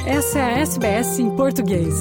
Essa é a SBS em português.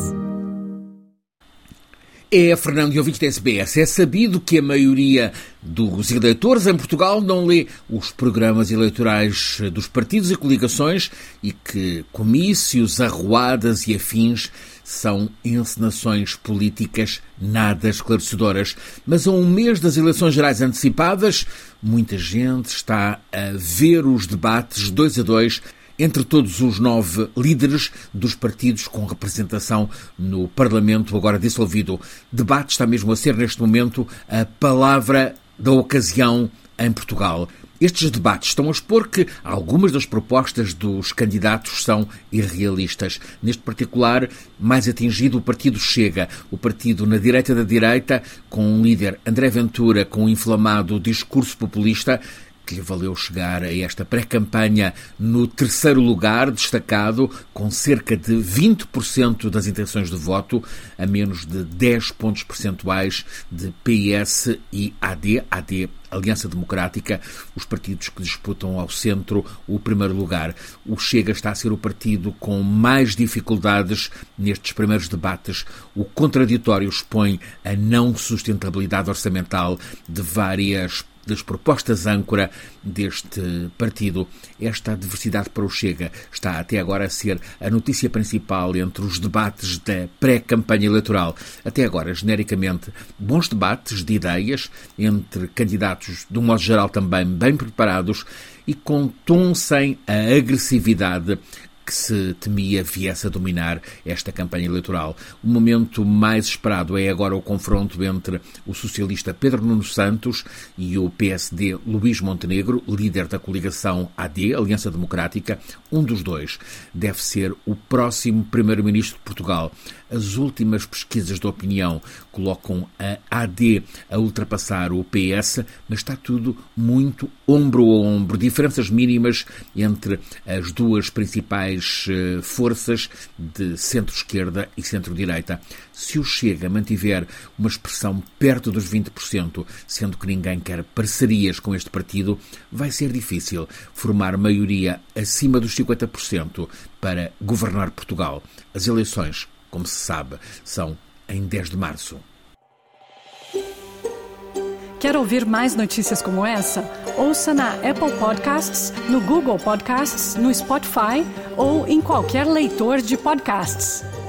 Fernando e ouvintes da SBS, é sabido que a maioria dos eleitores em Portugal não lê os programas eleitorais dos partidos e coligações e que comícios, arruadas e afins são encenações políticas nada esclarecedoras. Mas a um mês das eleições gerais antecipadas, muita gente está a ver os debates 2 a 2 entre todos os 9 líderes dos partidos com representação no Parlamento agora dissolvido. Debate está mesmo a ser, neste momento, a palavra da ocasião em Portugal. Estes debates estão a expor que algumas das propostas dos candidatos são irrealistas. Neste particular, mais atingido o partido Chega, o partido na direita da direita, com um líder, André Ventura, com um inflamado discurso populista, que lhe valeu chegar a esta pré-campanha no 3º lugar, destacado, com cerca de 20% das intenções de voto, a menos de 10 pontos percentuais de PS e AD, Aliança Democrática, os partidos que disputam ao centro o 1º lugar. O Chega está a ser o partido com mais dificuldades nestes primeiros debates. O contraditório expõe a não sustentabilidade orçamental de várias das propostas âncora deste partido. Esta adversidade para o Chega está até agora a ser a notícia principal entre os debates da pré-campanha eleitoral. Até agora, genericamente, bons debates de ideias entre candidatos, de um modo geral também bem preparados e com tom sem a agressividade que se temia viesse a dominar esta campanha eleitoral. O momento mais esperado é agora o confronto entre o socialista Pedro Nuno Santos e o PSD Luís Montenegro, líder da coligação AD, Aliança Democrática. Um dos dois deve ser o próximo primeiro-ministro de Portugal. As últimas pesquisas de opinião colocam a AD a ultrapassar o PS, mas está tudo muito ombro a ombro. Diferenças mínimas entre as duas principais forças de centro-esquerda e centro-direita. Se o Chega mantiver uma expressão perto dos 20%, sendo que ninguém quer parcerias com este partido, vai ser difícil formar maioria acima dos 50% para governar Portugal. As eleições, como se sabe, são em 10 de março. Quer ouvir mais notícias como essa? Ouça na Apple Podcasts, no Google Podcasts, no Spotify ou em qualquer leitor de podcasts.